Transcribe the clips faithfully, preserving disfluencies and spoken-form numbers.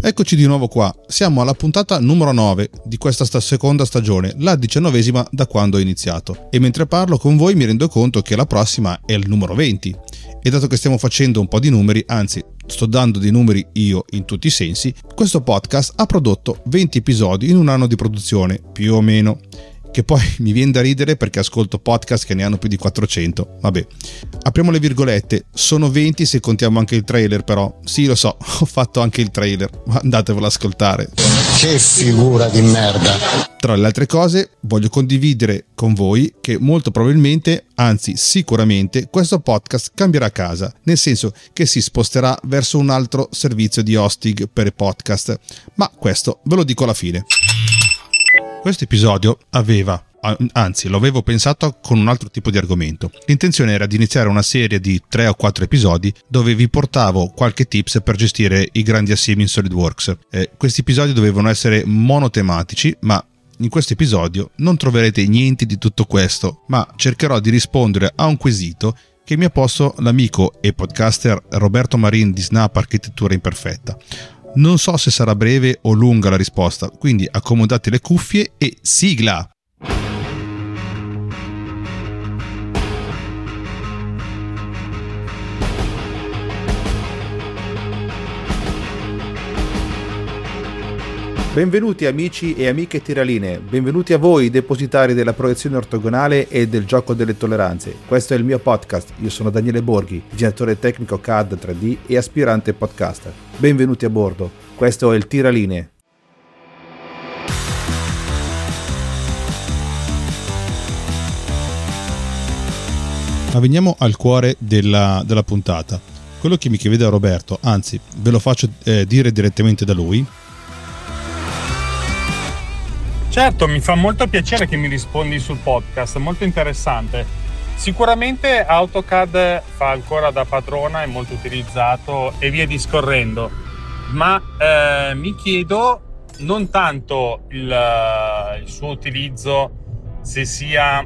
Eccoci di nuovo qua, siamo alla puntata numero nove di questa sta seconda stagione, la diciannovesima da quando ho iniziato, e mentre parlo con voi mi rendo conto che la prossima è il numero venti, e dato che stiamo facendo un po' di numeri, anzi sto dando dei numeri io in tutti i sensi, questo podcast ha prodotto venti episodi in un anno di produzione, più o meno. Che poi mi viene da ridere perché ascolto podcast che ne hanno più di quattrocento. Vabbè, apriamo le virgolette, sono venti se contiamo anche il trailer, però sì, lo so, ho fatto anche il trailer, ma andatevelo ad ascoltare. Che figura di merda. Tra le altre cose voglio condividere con voi che molto probabilmente, anzi sicuramente, questo podcast cambierà casa, nel senso che si sposterà verso un altro servizio di hosting per podcast, ma questo ve lo dico alla fine. Questo episodio aveva, anzi lo avevo pensato con un altro tipo di argomento. L'intenzione era di iniziare una serie di tre o quattro episodi dove vi portavo qualche tips per gestire i grandi assiemi in SolidWorks. Eh, questi episodi dovevano essere monotematici, ma in questo episodio non troverete niente di tutto questo, ma cercherò di rispondere a un quesito che mi ha posto l'amico e podcaster Roberto Marin di Snap Architettura Imperfetta. Non so se sarà breve o lunga la risposta, quindi accomodate le cuffie e sigla! Benvenuti amici e amiche tiralinee, benvenuti a voi depositari della proiezione ortogonale e del gioco delle tolleranze. Questo è il mio podcast, io sono Daniele Borghi, disegnatore tecnico C A D tre D e aspirante podcaster. Benvenuti a bordo, questo è il Tiralinee. Ma veniamo al cuore della, della puntata. Quello che mi chiede Roberto, anzi ve lo faccio eh, dire direttamente da lui. Certo, mi fa molto piacere che mi rispondi sul podcast, molto interessante. Sicuramente AutoCAD fa ancora da padrona, è molto utilizzato e via discorrendo, ma eh, mi chiedo non tanto il, il suo utilizzo, se sia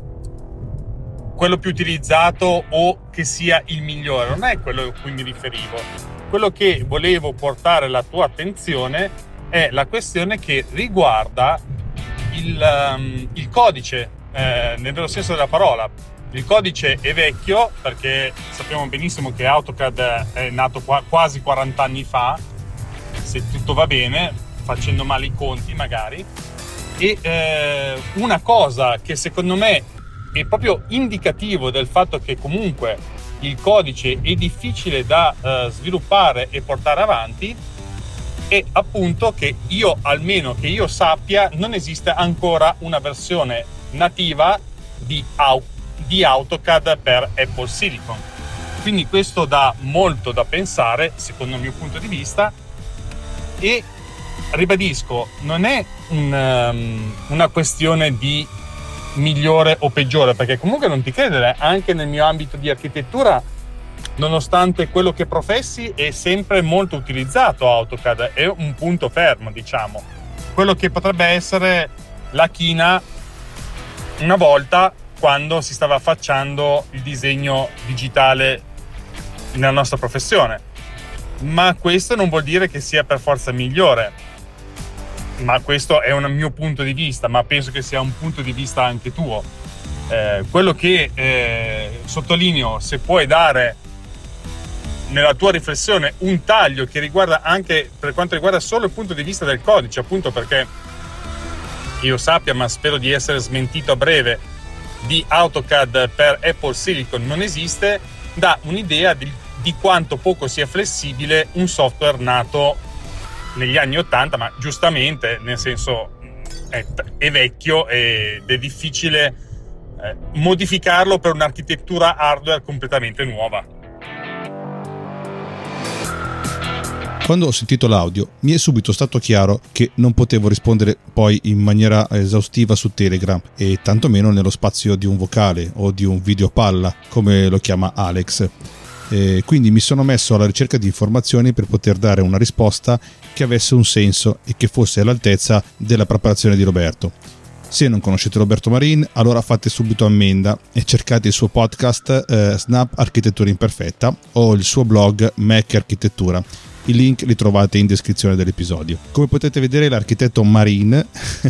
quello più utilizzato o che sia il migliore, non è quello a cui mi riferivo. Quello che volevo portare alla tua attenzione è la questione che riguarda il, um, il codice, eh, nel vero senso della parola. Il codice è vecchio perché sappiamo benissimo che AutoCAD è nato qua, quasi quaranta anni fa, se tutto va bene, facendo male i conti magari, e eh, una cosa che secondo me è proprio indicativo del fatto che comunque il codice è difficile da eh, sviluppare e portare avanti è appunto che io, almeno che io sappia, non esiste ancora una versione nativa di, au- di AutoCAD per Apple Silicon. Quindi questo dà molto da pensare, secondo il mio punto di vista, e ribadisco, non è un, um, una questione di migliore o peggiore, perché comunque non ti credere, anche nel mio ambito di architettura, nonostante quello che professi, è sempre molto utilizzato AutoCAD, è un punto fermo, diciamo. Quello che potrebbe essere la china una volta quando si stava affacciando il disegno digitale nella nostra professione. Ma questo non vuol dire che sia per forza migliore. Ma questo è un mio punto di vista, ma penso che sia un punto di vista anche tuo. Eh, quello che eh, sottolineo, se puoi dare nella tua riflessione un taglio che riguarda anche per quanto riguarda solo il punto di vista del codice, appunto perché io sappia, ma spero di essere smentito a breve, di AutoCAD per Apple Silicon non esiste, dà un'idea di, di quanto poco sia flessibile un software nato negli anni ottanta, ma giustamente, nel senso è, è vecchio ed è difficile eh, modificarlo per un'architettura hardware completamente nuova. Quando ho sentito l'audio mi è subito stato chiaro che non potevo rispondere poi in maniera esaustiva su Telegram e tantomeno nello spazio di un vocale o di un video palla, come lo chiama Alex. E quindi mi sono messo alla ricerca di informazioni per poter dare una risposta che avesse un senso e che fosse all'altezza della preparazione di Roberto. Se non conoscete Roberto Marin, allora fate subito ammenda e cercate il suo podcast eh, Snap Architettura Imperfetta o il suo blog Mac Architettura, I link li trovate in descrizione dell'episodio. Come potete vedere, l'architetto Marin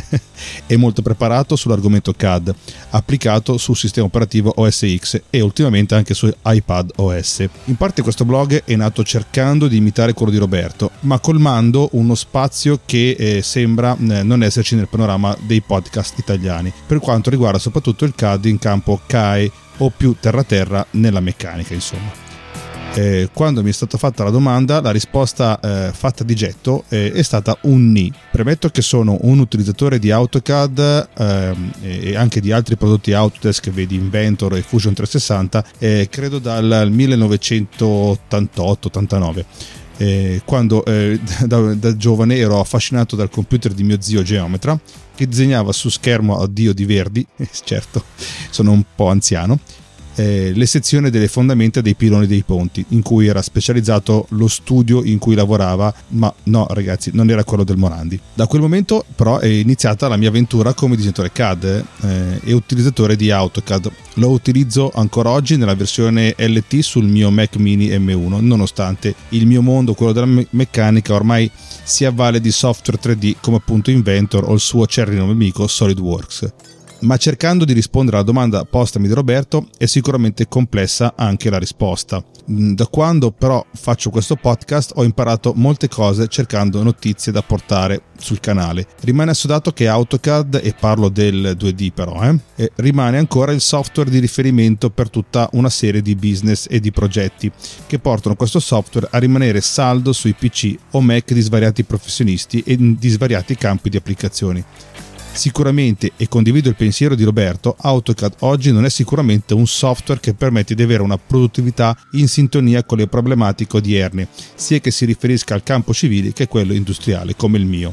è molto preparato sull'argomento C A D, applicato sul sistema operativo O S X e ultimamente anche su iPad O S. In parte questo blog è nato cercando di imitare quello di Roberto, ma colmando uno spazio che eh, sembra eh, non esserci nel panorama dei podcast italiani, per quanto riguarda soprattutto il C A D in campo C A E o più terra-terra nella meccanica, insomma. Eh, quando mi è stata fatta la domanda, la risposta eh, fatta di getto eh, è stata un ni. Premetto che sono un utilizzatore di AutoCAD eh, e anche di altri prodotti Autodesk, vedi Inventor e Fusion trecentosessanta, eh, credo dal millenovecentottantotto ottantanove. Eh, quando eh, da, da giovane ero affascinato dal computer di mio zio geometra, che disegnava su schermo a dio di verdi, certo, sono un po' anziano, Eh, le sezioni delle fondamenta dei piloni dei ponti, in cui era specializzato lo studio in cui lavorava, ma no ragazzi, non era quello del Morandi. Da quel momento però è iniziata la mia avventura come disegnatore C A D eh, e utilizzatore di AutoCAD. Lo utilizzo ancora oggi nella versione L T sul mio Mac Mini M uno, nonostante il mio mondo, quello della me- meccanica, ormai si avvale di software tre D come appunto Inventor o il suo acerrimo nemico SolidWorks. Ma cercando di rispondere alla domanda postami di Roberto, è sicuramente complessa anche la risposta. Da quando però faccio questo podcast ho imparato molte cose cercando notizie da portare sul canale. Rimane assodato che AutoCAD, e parlo del due D però, eh, rimane ancora il software di riferimento per tutta una serie di business e di progetti che portano questo software a rimanere saldo sui P C o Mac di svariati professionisti e di svariati campi di applicazioni. Sicuramente, e condivido il pensiero di Roberto, AutoCAD oggi non è sicuramente un software che permette di avere una produttività in sintonia con le problematiche odierne, sia che si riferisca al campo civile che a quello industriale come il mio.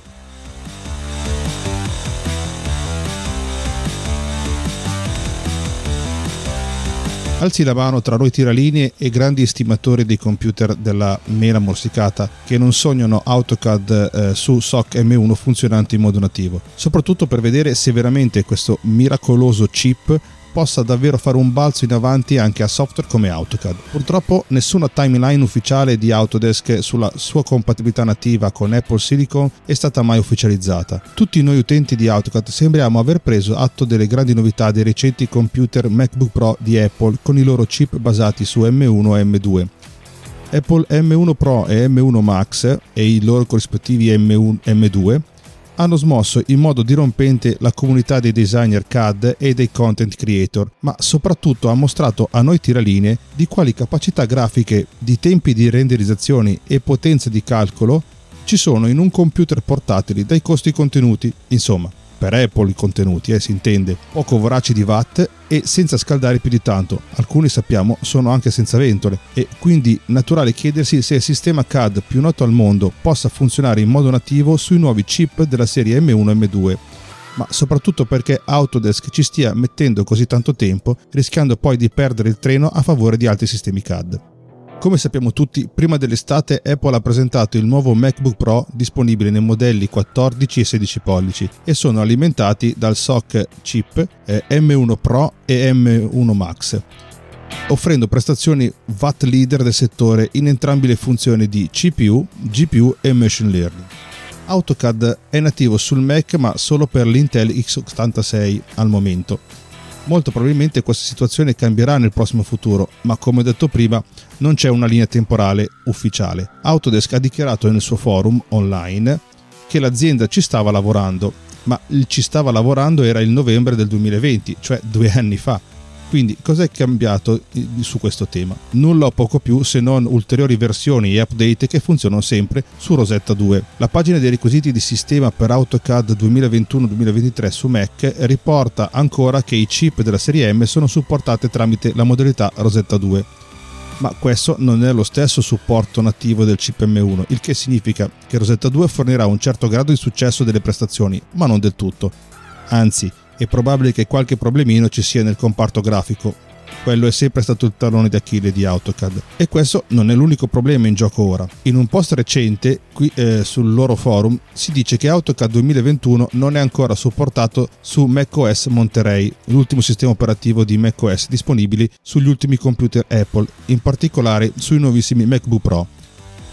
Alzi la mano tra noi tiralinee e grandi estimatori dei computer della mela morsicata che non sognano AutoCAD eh, su S O C M uno funzionante in modo nativo, soprattutto per vedere se veramente questo miracoloso chip possa davvero fare un balzo in avanti anche a software come AutoCAD. Purtroppo nessuna timeline ufficiale di Autodesk sulla sua compatibilità nativa con Apple Silicon è stata mai ufficializzata. Tutti noi utenti di AutoCAD sembriamo aver preso atto delle grandi novità dei recenti computer MacBook Pro di Apple con i loro chip basati su M uno e M due. Apple M uno Pro e M uno Max e i loro corrispettivi M uno e M due hanno smosso in modo dirompente la comunità dei designer C A D e dei content creator, ma soprattutto ha mostrato a noi tiralinee di quali capacità grafiche, di tempi di renderizzazione e potenza di calcolo ci sono in un computer portatile dai costi contenuti, insomma, per Apple i contenuti, eh, si intende, poco voraci di watt e senza scaldare più di tanto. Alcuni sappiamo sono anche senza ventole e quindi naturale chiedersi se il sistema C A D più noto al mondo possa funzionare in modo nativo sui nuovi chip della serie M uno e M due, ma soprattutto perché Autodesk ci stia mettendo così tanto tempo, rischiando poi di perdere il treno a favore di altri sistemi C A D. Come sappiamo tutti, prima dell'estate Apple ha presentato il nuovo MacBook Pro disponibile nei modelli quattordici e sedici pollici e sono alimentati dal S O C chip eh, M uno Pro e M uno Max, offrendo prestazioni watt leader del settore in entrambe le funzioni di C P U, G P U e Machine Learning. AutoCAD è nativo sul Mac ma solo per l'Intel x ottantasei al momento. Molto probabilmente questa situazione cambierà nel prossimo futuro, ma come detto prima non c'è una linea temporale ufficiale. Autodesk ha dichiarato nel suo forum online che l'azienda ci stava lavorando, ma il ci stava lavorando era il novembre del duemilaventi, cioè due anni fa. Quindi cos'è cambiato su questo tema? Nulla o poco più se non ulteriori versioni e update che funzionano sempre su Rosetta due. La pagina dei requisiti di sistema per AutoCAD duemilaventuno duemilaventitré su Mac riporta ancora che i chip della serie M sono supportati tramite la modalità Rosetta due. Ma questo non è lo stesso supporto nativo del chip M uno, il che significa che Rosetta due fornirà un certo grado di successo delle prestazioni, ma non del tutto. Anzi, è probabile che qualche problemino ci sia nel comparto grafico. Quello è sempre stato il tallone d'Achille di AutoCAD. E questo non è l'unico problema in gioco ora. In un post recente, qui eh, sul loro forum, si dice che AutoCAD duemilaventuno non è ancora supportato su macOS Monterey, l'ultimo sistema operativo di macOS disponibili sugli ultimi computer Apple, in particolare sui nuovissimi MacBook Pro.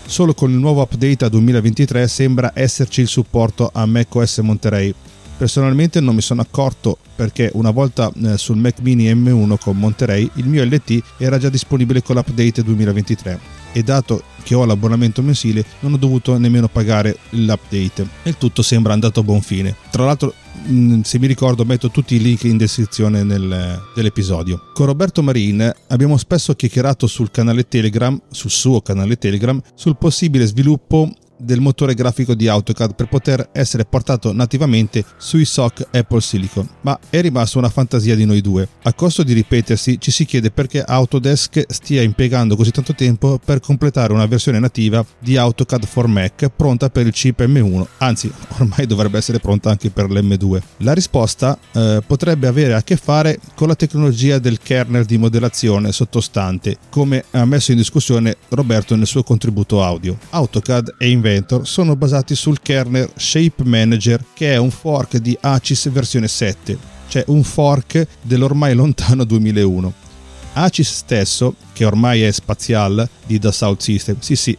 Solo con il nuovo update a duemilaventitré sembra esserci il supporto a macOS Monterey. Personalmente non mi sono accorto perché una volta eh, sul Mac Mini M uno con Monterey il mio L T era già disponibile con l'update duemilaventitré e dato che ho l'abbonamento mensile non ho dovuto nemmeno pagare l'update. Il tutto sembra andato a buon fine. Tra l'altro, mh, se mi ricordo, metto tutti i link in descrizione nel, dell'episodio. Con Roberto Marin abbiamo spesso chiacchierato sul canale Telegram, sul suo canale Telegram, sul possibile sviluppo del motore grafico di AutoCAD per poter essere portato nativamente sui S O C Apple Silicon, ma è rimasta una fantasia di noi due. A costo di ripetersi, ci si chiede perché Autodesk stia impiegando così tanto tempo per completare una versione nativa di AutoCAD for Mac pronta per il chip M uno, anzi ormai dovrebbe essere pronta anche per l'M due. La risposta eh, potrebbe avere a che fare con la tecnologia del kernel di modellazione sottostante, come ha messo in discussione Roberto nel suo contributo audio. AutoCAD e Inventor sono basati sul kernel Shape Manager, che è un fork di ACIS versione sette, cioè un fork dell'ormai lontano duemilauno. ACIS stesso, che ormai è Spatial di Dassault Systèmes, sì sì,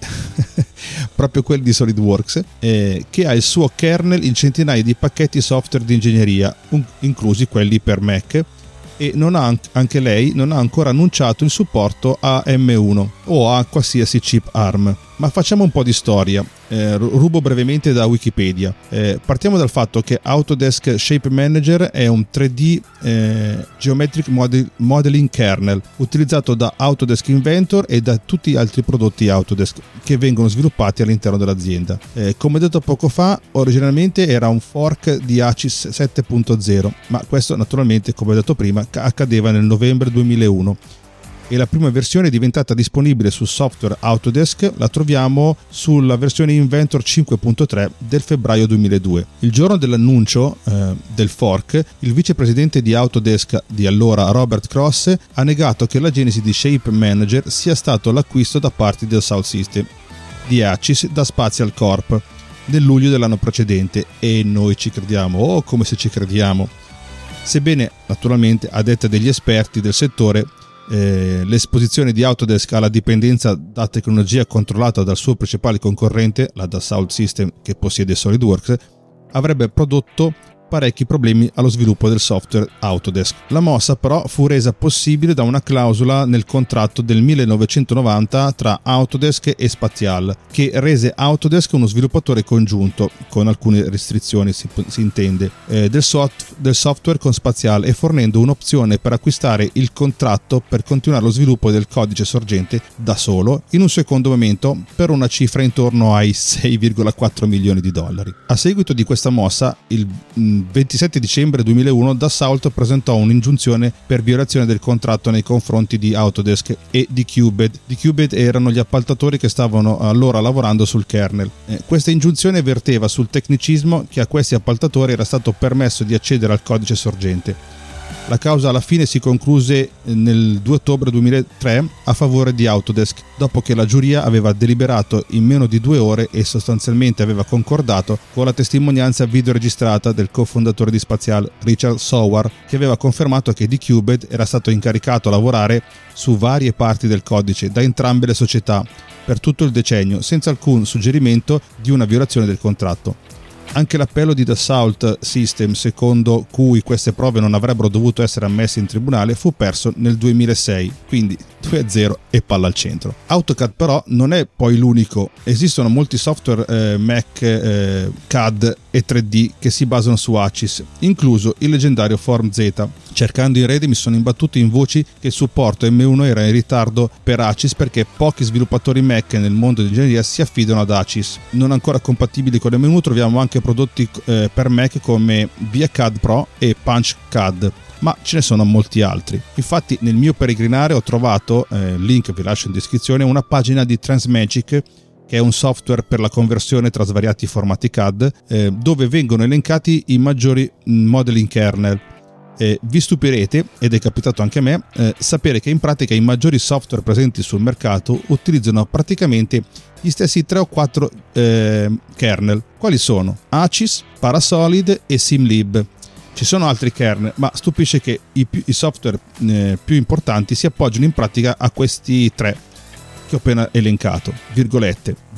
proprio quelli di SolidWorks, eh, che ha il suo kernel in centinaia di pacchetti software di ingegneria, un, inclusi quelli per Mac, e non ha, anche lei non ha ancora annunciato il supporto a M uno o a qualsiasi chip A R M. Ma facciamo un po' di storia, eh, rubo brevemente da Wikipedia. Eh, partiamo dal fatto che Autodesk Shape Manager è un tre D eh, Geometric Model, Modeling Kernel utilizzato da Autodesk Inventor e da tutti gli altri prodotti Autodesk che vengono sviluppati all'interno dell'azienda. Eh, come detto poco fa, originalmente era un fork di ACIS sette punto zero, ma questo naturalmente, come detto prima, accadeva nel novembre duemilauno. E la prima versione è diventata disponibile sul software Autodesk, la troviamo sulla versione Inventor cinque punto tre del febbraio duemiladue. Il giorno dell'annuncio eh, del fork, il vicepresidente di Autodesk di allora, Robert Cross, ha negato che la genesi di Shape Manager sia stato l'acquisto da parte del Dassault Systèmes di ACIS da Spatial Corp nel luglio dell'anno precedente, e noi ci crediamo, oh come se ci crediamo. Sebbene naturalmente, a detta degli esperti del settore, Eh, l'esposizione di Autodesk alla dipendenza da tecnologia controllata dal suo principale concorrente, la Dassault Systèmes, che possiede SolidWorks, avrebbe prodotto parecchi problemi allo sviluppo del software Autodesk. La mossa però fu resa possibile da una clausola nel contratto del millenovecentonovanta tra Autodesk e Spatial, che rese Autodesk uno sviluppatore congiunto, con alcune restrizioni si, si intende, eh, del, soft, del software con Spatial, e fornendo un'opzione per acquistare il contratto per continuare lo sviluppo del codice sorgente da solo in un secondo momento per una cifra intorno ai sei virgola quattro milioni di dollari. A seguito di questa mossa, il ventisette dicembre duemilauno Dassault presentò un'ingiunzione per violazione del contratto nei confronti di Autodesk e di Cubed. Di Cubed erano gli appaltatori che stavano allora lavorando sul kernel. Eh, questa ingiunzione verteva sul tecnicismo che a questi appaltatori era stato permesso di accedere al codice sorgente. La causa alla fine si concluse nel due ottobre duemilatré a favore di Autodesk, dopo che la giuria aveva deliberato in meno di due ore e sostanzialmente aveva concordato con la testimonianza videoregistrata del cofondatore di Spatial, Richard Sowar, che aveva confermato che D-Cubed era stato incaricato a lavorare su varie parti del codice da entrambe le società per tutto il decennio, senza alcun suggerimento di una violazione del contratto. Anche l'appello di Dassault Systèmes, secondo cui queste prove non avrebbero dovuto essere ammesse in tribunale, fu perso nel duemilasei, quindi due a zero e palla al centro. AutoCAD però non è poi l'unico, esistono molti software eh, Mac eh, C A D e tre D che si basano su ACIS, incluso il leggendario FormZ. Cercando in rete mi sono imbattuto in voci che il supporto M uno era in ritardo per ACIS perché pochi sviluppatori Mac nel mondo dell'ingegneria si affidano ad ACIS. Non ancora compatibili con M uno troviamo anche prodotti eh, per Mac come ViaCAD Pro e PunchCAD, ma ce ne sono molti altri. Infatti nel mio peregrinare ho trovato, eh, link vi lascio in descrizione, una pagina di Transmagic, che è un software per la conversione tra svariati formati C A D, eh, dove vengono elencati i maggiori modeling kernel. Eh, vi stupirete, ed è capitato anche a me, eh, sapere che in pratica i maggiori software presenti sul mercato utilizzano praticamente gli stessi tre o quattro eh, kernel. Quali sono? ACIS, Parasolid e SimLib. Ci sono altri kernel, ma stupisce che i, i software eh, più importanti si appoggiano in pratica a questi tre che ho appena elencato. Virgolette.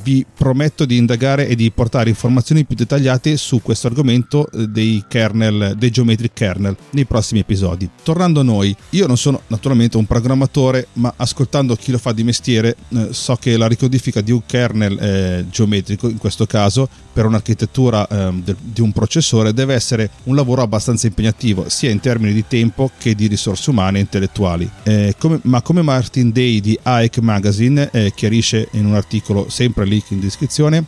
vi prometto di indagare e di portare informazioni più dettagliate su questo argomento dei kernel, dei geometric kernel, nei prossimi episodi. Tornando a noi, io non sono naturalmente un programmatore, ma ascoltando chi lo fa di mestiere eh, so che la ricodifica di un kernel eh, geometrico, in questo caso per un'architettura eh, de, di un processore, deve essere un lavoro abbastanza impegnativo, sia in termini di tempo che di risorse umane e intellettuali. Eh, come, ma come Martin Day di A E C Magazine eh, chiarisce in un articolo sempre lì in descrizione,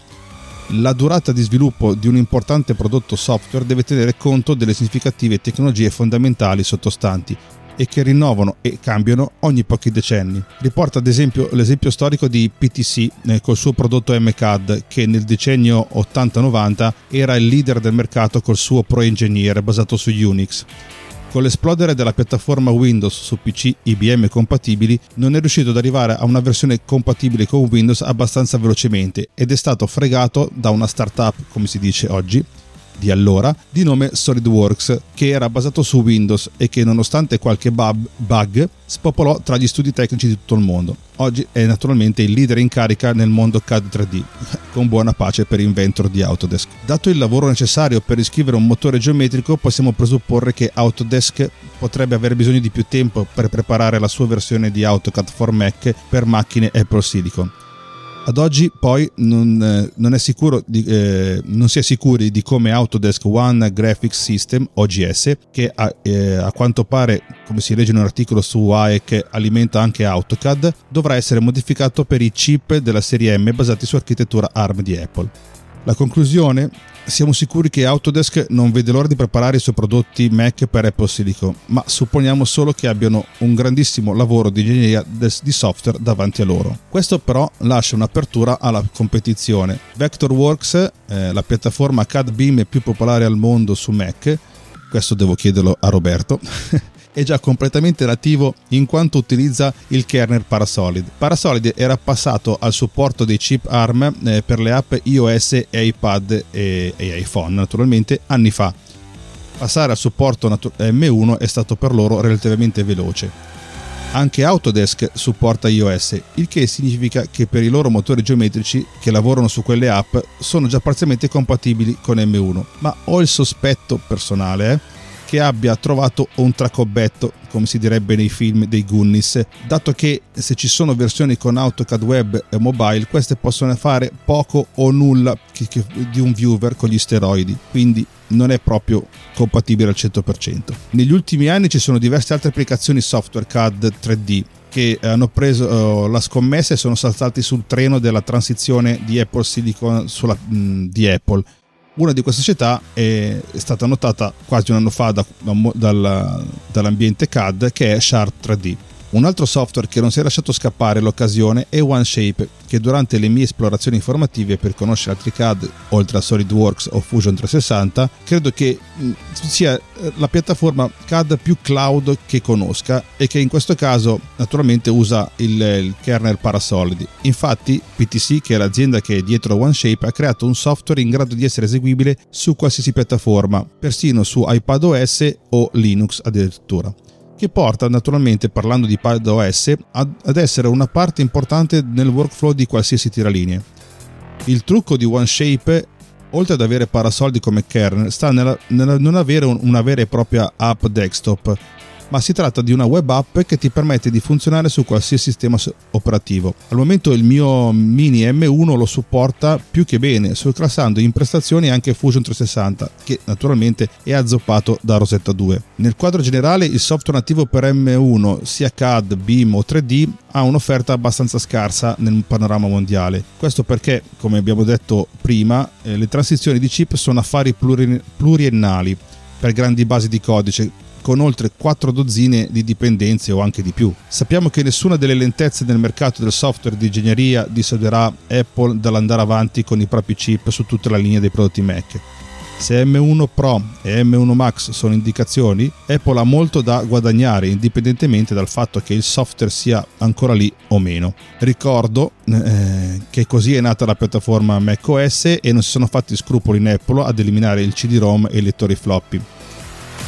la durata di sviluppo di un importante prodotto software deve tenere conto delle significative tecnologie fondamentali sottostanti e che rinnovano e cambiano ogni pochi decenni. Riporta ad esempio l'esempio storico di P T C eh, col suo prodotto M C A D, che nel decennio ottanta novanta era il leader del mercato col suo Pro Engineer basato su Unix. Con l'esplodere della piattaforma Windows su P C I B M compatibili, non è riuscito ad arrivare a una versione compatibile con Windows abbastanza velocemente ed è stato fregato da una startup, come si dice oggi, di allora, di nome SolidWorks, che era basato su Windows e che, nonostante qualche bug, spopolò tra gli studi tecnici di tutto il mondo. Oggi è naturalmente il leader in carica nel mondo C A D tre D, con buona pace per Inventor di Autodesk. Dato il lavoro necessario per riscrivere un motore geometrico, possiamo presupporre che Autodesk potrebbe avere bisogno di più tempo per preparare la sua versione di AutoCAD for Mac per macchine Apple Silicon. Ad oggi poi non, eh, non, è sicuro di, eh, non si è sicuri di come Autodesk One Graphics System, O G S, che a, eh, a quanto pare, come si legge in un articolo su A E C, alimenta anche AutoCAD, dovrà essere modificato per i chip della serie M basati su architettura A R M di Apple. La conclusione? Siamo sicuri che Autodesk non vede l'ora di preparare i suoi prodotti Mac per Apple Silicon, ma supponiamo solo che abbiano un grandissimo lavoro di ingegneria di software davanti a loro. Questo però lascia un'apertura alla competizione. Vectorworks, eh, la piattaforma C A D B I M più popolare al mondo su Mac, questo devo chiederlo a Roberto, è già completamente nativo in quanto utilizza il kernel Parasolid. Parasolid era passato al supporto dei chip A R M eh, per le app iOS e iPad e, e iPhone naturalmente anni fa. Passare al supporto natu- M uno è stato per loro relativamente veloce. Anche Autodesk supporta iOS, il che significa che per i loro motori geometrici che lavorano su quelle app sono già parzialmente compatibili con M uno, ma ho il sospetto personale eh, che abbia trovato un tracobbetto, come si direbbe nei film dei Goonies, dato che se ci sono versioni con AutoCAD Web e mobile, queste possono fare poco o nulla di un viewer con gli steroidi, quindi non è proprio compatibile al cento per cento. Negli ultimi anni ci sono diverse altre applicazioni software C A D tre D che hanno preso uh, la scommessa e sono saltati sul treno della transizione di Apple Silicon sulla, mh, di Apple. Una di queste società è stata notata quasi un anno fa da, da, dall'ambiente C A D, che è Sharp tre D. Un altro software che non si è lasciato scappare l'occasione è OneShape, che durante le mie esplorazioni informative per conoscere altri C A D, oltre a SolidWorks o Fusion trecentosessanta, credo che sia la piattaforma C A D più cloud che conosca e che in questo caso naturalmente usa il, il kernel Parasolid. Infatti P T C, che è l'azienda che è dietro a OneShape, ha creato un software in grado di essere eseguibile su qualsiasi piattaforma, persino su iPadOS o Linux addirittura, che porta naturalmente, parlando di iPadOS, ad, ad essere una parte importante nel workflow di qualsiasi tiralinea. Il trucco di OneShape, oltre ad avere Parasolid come kernel, sta nella, nella non avere un, una vera e propria app desktop, ma si tratta di una web app che ti permette di funzionare su qualsiasi sistema operativo. Al momento il mio Mini M uno lo supporta più che bene, surclassando in prestazioni anche Fusion trecentosessanta, che naturalmente è azzoppato da Rosetta due. Nel quadro generale il software nativo per M uno, sia C A D, B I M o tre D, ha un'offerta abbastanza scarsa nel panorama mondiale. Questo perché, come abbiamo detto prima, eh, le transizioni di chip sono affari pluri- pluriennali per grandi basi di codice, con oltre quattro dozzine di dipendenze o anche di più. Sappiamo che nessuna delle lentezze nel mercato del software di ingegneria dissuaderà Apple dall'andare avanti con i propri chip su tutta la linea dei prodotti Mac. Se M uno Pro e M uno Max sono indicazioni, Apple ha molto da guadagnare indipendentemente dal fatto che il software sia ancora lì o meno. Ricordo eh, che così è nata la piattaforma macOS e non si sono fatti scrupoli in Apple ad eliminare il C D ROM e i lettori floppy.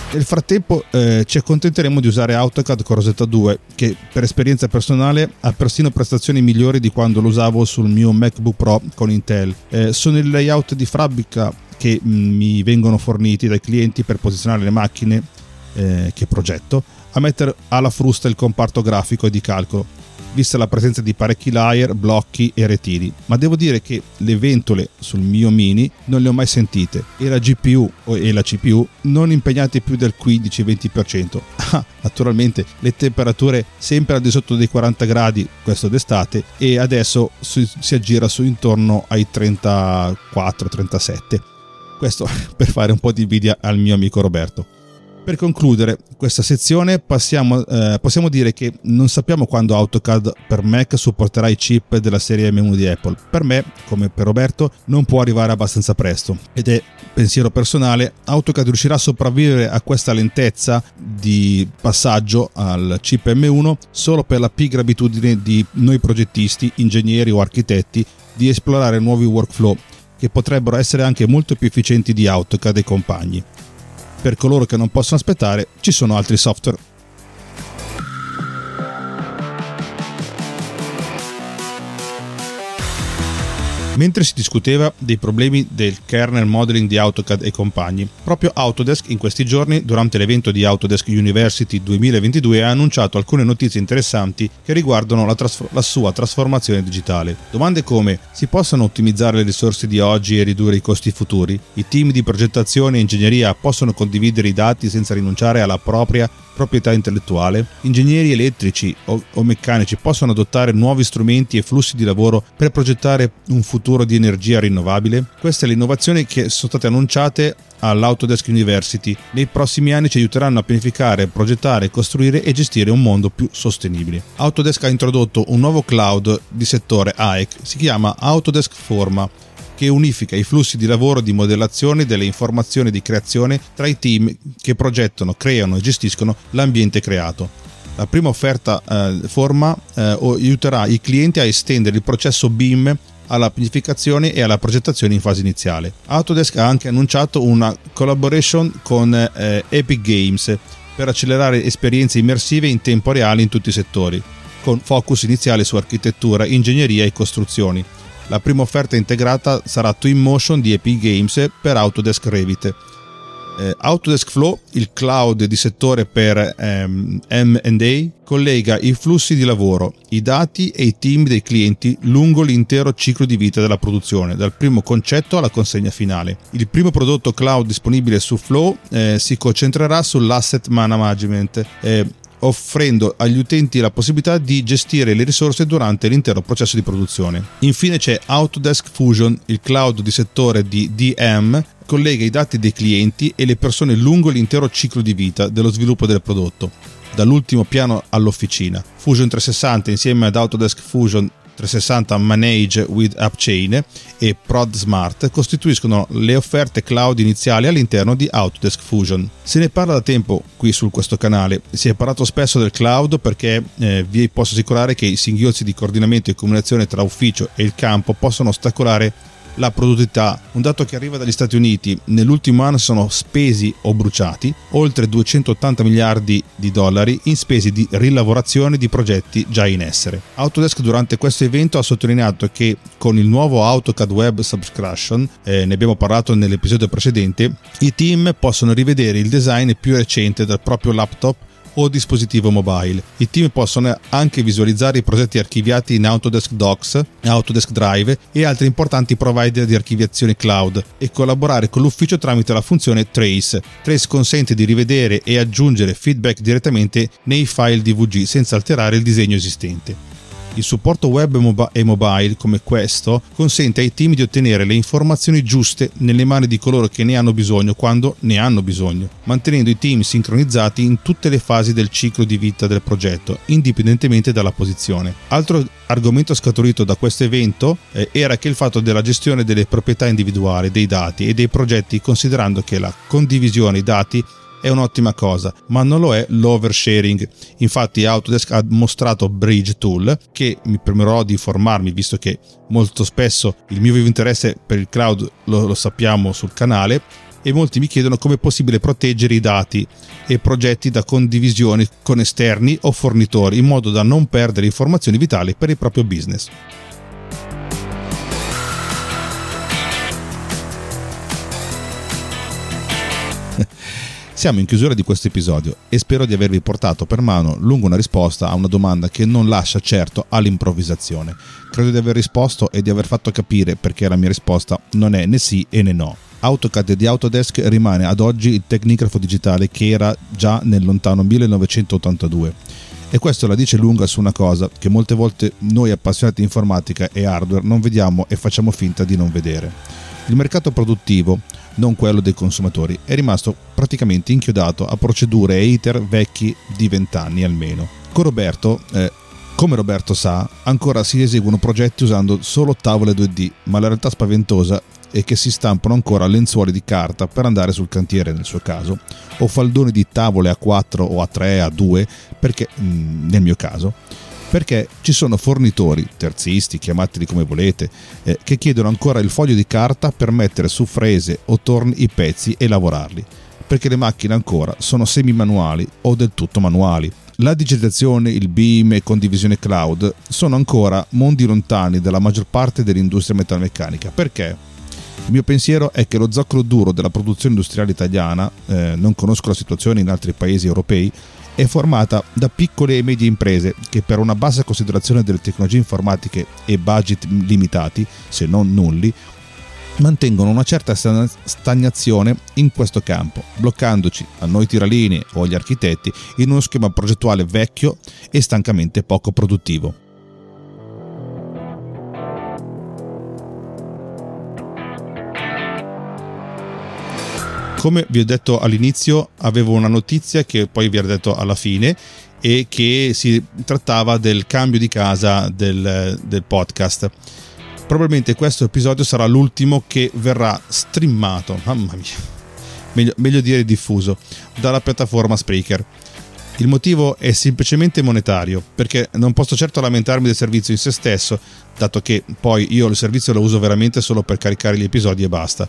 Nel frattempo eh, ci accontenteremo di usare AutoCAD con Rosetta due, che per esperienza personale ha persino prestazioni migliori di quando lo usavo sul mio MacBook Pro con Intel. Eh, sono i layout di fabbrica che mh, mi vengono forniti dai clienti per posizionare le macchine eh, che progetto a mettere alla frusta il comparto grafico e di calcolo, vista la presenza di parecchi layer, blocchi e retini, ma devo dire che le ventole sul mio Mini non le ho mai sentite e la G P U e la C P U non impegnate più del quindici venti per cento. Ah, naturalmente le temperature sempre al di sotto dei quaranta gradi questo d'estate e adesso si, si aggira su intorno ai trentaquattro trentasette. Questo per fare un po' di invidia al mio amico Roberto. Per concludere questa sezione passiamo, eh, possiamo dire che non sappiamo quando AutoCAD per Mac supporterà i chip della serie M uno di Apple. Per me, come per Roberto, non può arrivare abbastanza presto ed è pensiero personale, AutoCAD riuscirà a sopravvivere a questa lentezza di passaggio al chip M uno solo per la pigra abitudine di noi progettisti, ingegneri o architetti di esplorare nuovi workflow che potrebbero essere anche molto più efficienti di AutoCAD e compagni. Per coloro che non possono aspettare, ci sono altri software. Mentre si discuteva dei problemi del kernel modeling di AutoCAD e compagni, proprio Autodesk in questi giorni, durante l'evento di Autodesk University duemilaventidue, ha annunciato alcune notizie interessanti che riguardano la, trasfor- la sua trasformazione digitale. Domande come: si possono ottimizzare le risorse di oggi e ridurre i costi futuri? I team di progettazione e ingegneria possono condividere i dati senza rinunciare alla propria proprietà intellettuale? Ingegneri elettrici o, o meccanici possono adottare nuovi strumenti e flussi di lavoro per progettare un futuro di energia rinnovabile? Queste le innovazioni che sono state annunciate all'Autodesk University. Nei prossimi anni ci aiuteranno a pianificare, progettare, costruire e gestire un mondo più sostenibile. Autodesk ha introdotto un nuovo cloud di settore A E C, si chiama Autodesk Forma, che unifica i flussi di lavoro di modellazione delle informazioni di creazione tra i team che progettano, creano e gestiscono l'ambiente creato. La prima offerta eh, Forma eh, aiuterà i clienti a estendere il processo B I M alla pianificazione e alla progettazione in fase iniziale. Autodesk ha anche annunciato una collaboration con eh, Epic Games per accelerare esperienze immersive in tempo reale in tutti i settori, con focus iniziale su architettura, ingegneria e costruzioni. La prima offerta integrata sarà Twinmotion di Epic Games per Autodesk Revit. Eh, Autodesk Flow, il cloud di settore per ehm, M and A, collega i flussi di lavoro, i dati e i team dei clienti lungo l'intero ciclo di vita della produzione, dal primo concetto alla consegna finale. Il primo prodotto cloud disponibile su Flow eh, si concentrerà sull'asset management, eh, offrendo agli utenti la possibilità di gestire le risorse durante l'intero processo di produzione. Infine c'è Autodesk Fusion, il cloud di settore di D M, collega i dati dei clienti e le persone lungo l'intero ciclo di vita dello sviluppo del prodotto, dall'ultimo piano all'officina. Fusion trecentosessanta insieme ad Autodesk Fusion trecentosessanta Manage with AppChain e Prod Smart costituiscono le offerte cloud iniziali all'interno di Autodesk Fusion. Se ne parla da tempo qui su questo canale, si è parlato spesso del cloud perché eh, vi posso assicurare che i singhiozzi di coordinamento e comunicazione tra ufficio e il campo possono ostacolare la produttività. Un dato che arriva dagli Stati Uniti: nell'ultimo anno sono spesi o bruciati oltre duecentottanta miliardi di dollari in spese di rilavorazione di progetti già in essere. Autodesk durante questo evento ha sottolineato che con il nuovo AutoCAD Web Subscription, eh, ne abbiamo parlato nell'episodio precedente, i team possono rivedere il design più recente del proprio laptop o dispositivo mobile. I team possono anche visualizzare i progetti archiviati in Autodesk Docs, Autodesk Drive e altri importanti provider di archiviazione cloud e collaborare con l'ufficio tramite la funzione Trace. Trace consente di rivedere e aggiungere feedback direttamente nei file D V G senza alterare il disegno esistente. Il supporto web e mobile come questo consente ai team di ottenere le informazioni giuste nelle mani di coloro che ne hanno bisogno quando ne hanno bisogno, mantenendo i team sincronizzati in tutte le fasi del ciclo di vita del progetto, indipendentemente dalla posizione. Altro argomento scaturito da questo evento eh, era che il fatto della gestione delle proprietà individuali dei dati e dei progetti, considerando che la condivisione dei dati è un'ottima cosa, ma non lo è l'oversharing. Infatti Autodesk ha mostrato Bridge Tool, che mi permetterò di informarmi, visto che molto spesso il mio vivo interesse per il cloud lo, lo sappiamo sul canale, e molti mi chiedono come è possibile proteggere i dati e progetti da condivisione con esterni o fornitori in modo da non perdere informazioni vitali per il proprio business. Siamo in chiusura di questo episodio e spero di avervi portato per mano lungo una risposta a una domanda che non lascia certo all'improvvisazione. Credo di aver risposto e di aver fatto capire perché la mia risposta non è né sì e né no. AutoCAD di Autodesk rimane ad oggi il tecnigrafo digitale che era già nel lontano millenovecentottantadue. E questo la dice lunga su una cosa che molte volte noi appassionati di informatica e hardware non vediamo e facciamo finta di non vedere. Il mercato produttivo, non quello dei consumatori, è rimasto praticamente inchiodato a procedure e iter vecchi di vent'anni almeno. Con Roberto, eh, come Roberto sa, ancora si eseguono progetti usando solo tavole due D, ma la realtà spaventosa è che si stampano ancora lenzuoli di carta per andare sul cantiere nel suo caso, o faldoni di tavole A quattro o A tre, A due, perché mh, nel mio caso, perché ci sono fornitori, terzisti, chiamateli come volete, eh, che chiedono ancora il foglio di carta per mettere su frese o torni i pezzi e lavorarli, perché le macchine ancora sono semi-manuali o del tutto manuali. La digitalizzazione, il B I M e condivisione cloud sono ancora mondi lontani dalla maggior parte dell'industria metalmeccanica. Perché? Il mio pensiero è che lo zoccolo duro della produzione industriale italiana, eh, non conosco la situazione in altri paesi europei, è formata da piccole e medie imprese che per una bassa considerazione delle tecnologie informatiche e budget limitati, se non nulli, mantengono una certa stagnazione in questo campo, bloccandoci a noi tiralini o agli architetti in uno schema progettuale vecchio e stancamente poco produttivo. Come vi ho detto all'inizio, avevo una notizia che poi vi ho detto alla fine e che si trattava del cambio di casa del, del podcast. Probabilmente questo episodio sarà l'ultimo che verrà streamato, mamma mia, meglio, meglio dire diffuso, dalla piattaforma Spreaker. Il motivo è semplicemente monetario, perché non posso certo lamentarmi del servizio in se stesso, dato che poi io il servizio lo uso veramente solo per caricare gli episodi e basta.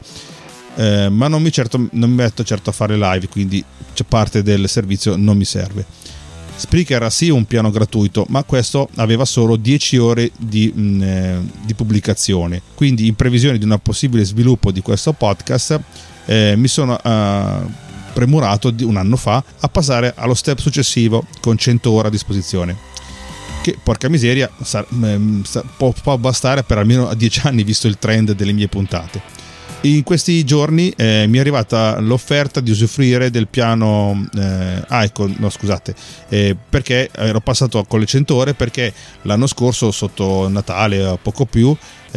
Eh, ma non mi, certo, non mi metto certo a fare live, quindi c'è parte del servizio non mi serve. Spreaker ha sì un piano gratuito, ma questo aveva solo dieci ore di, mh, eh, di pubblicazione, quindi in previsione di un possibile sviluppo di questo podcast eh, mi sono eh, premurato di un anno fa a passare allo step successivo con cento ore a disposizione, che porca miseria sa, mh, sa, può, può bastare per almeno dieci anni visto il trend delle mie puntate. In questi giorni eh, mi è arrivata l'offerta di usufruire del piano eh, ah ecco no scusate eh, perché ero passato con le cento ore perché l'anno scorso sotto Natale o poco più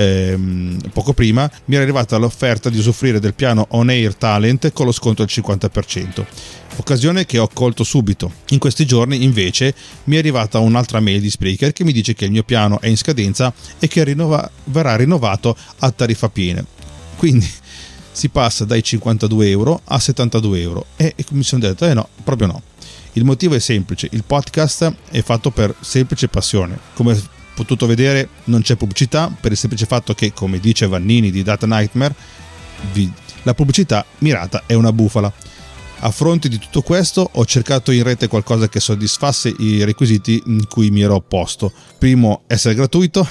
ehm, poco prima mi era arrivata l'offerta di usufruire del piano On Air Talent con lo sconto del cinquanta per cento, occasione che ho colto subito. In questi giorni invece mi è arrivata un'altra mail di Spreaker che mi dice che il mio piano è in scadenza e che rinnova- verrà rinnovato a tariffa piena. Quindi si passa dai cinquantadue euro a settantadue euro e, e mi sono detto eh no, proprio no. Il motivo è semplice, il podcast è fatto per semplice passione. Come potuto vedere non c'è pubblicità per il semplice fatto che, come dice Vannini di Data Nightmare, vi, la pubblicità mirata è una bufala. A fronte di tutto questo ho cercato in rete qualcosa che soddisfasse i requisiti in cui mi ero opposto. Primo, essere gratuito.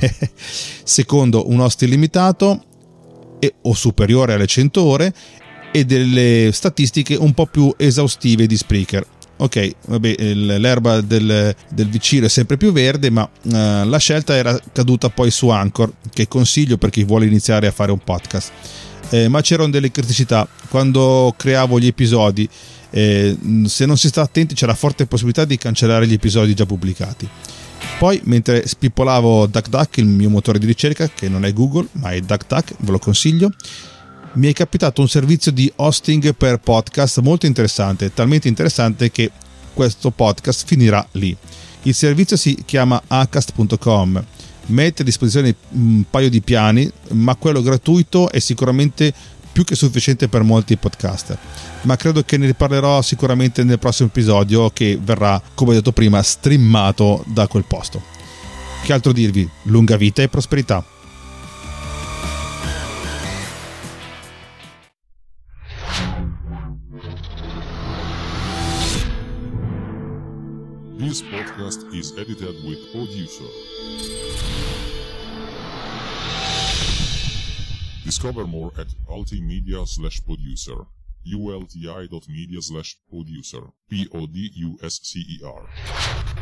Secondo, un host illimitato e, o superiore alle cento ore e delle statistiche un po' più esaustive di Spreaker. Ok, vabbè, l'erba del, del vicino è sempre più verde, ma uh, la scelta era caduta poi su Anchor, che consiglio per chi vuole iniziare a fare un podcast. Eh, ma c'erano delle criticità. Quando creavo gli episodi, eh, se non si sta attenti c'è la forte possibilità di cancellare gli episodi già pubblicati. Poi, mentre spippolavo DuckDuck, il mio motore di ricerca, che non è Google, ma è DuckDuck, ve lo consiglio, mi è capitato un servizio di hosting per podcast molto interessante, talmente interessante che questo podcast finirà lì. Il servizio si chiama acast punto com, mette a disposizione un paio di piani, ma quello gratuito è sicuramente più che sufficiente per molti podcaster. Ma credo che ne riparlerò sicuramente nel prossimo episodio, che verrà, come ho detto prima, streamato da quel posto. Che altro dirvi? Lunga vita e prosperità. is edited with Producer. Discover more at ultimedia slash producer. ulti dot media slash producer. P O D U S C E R.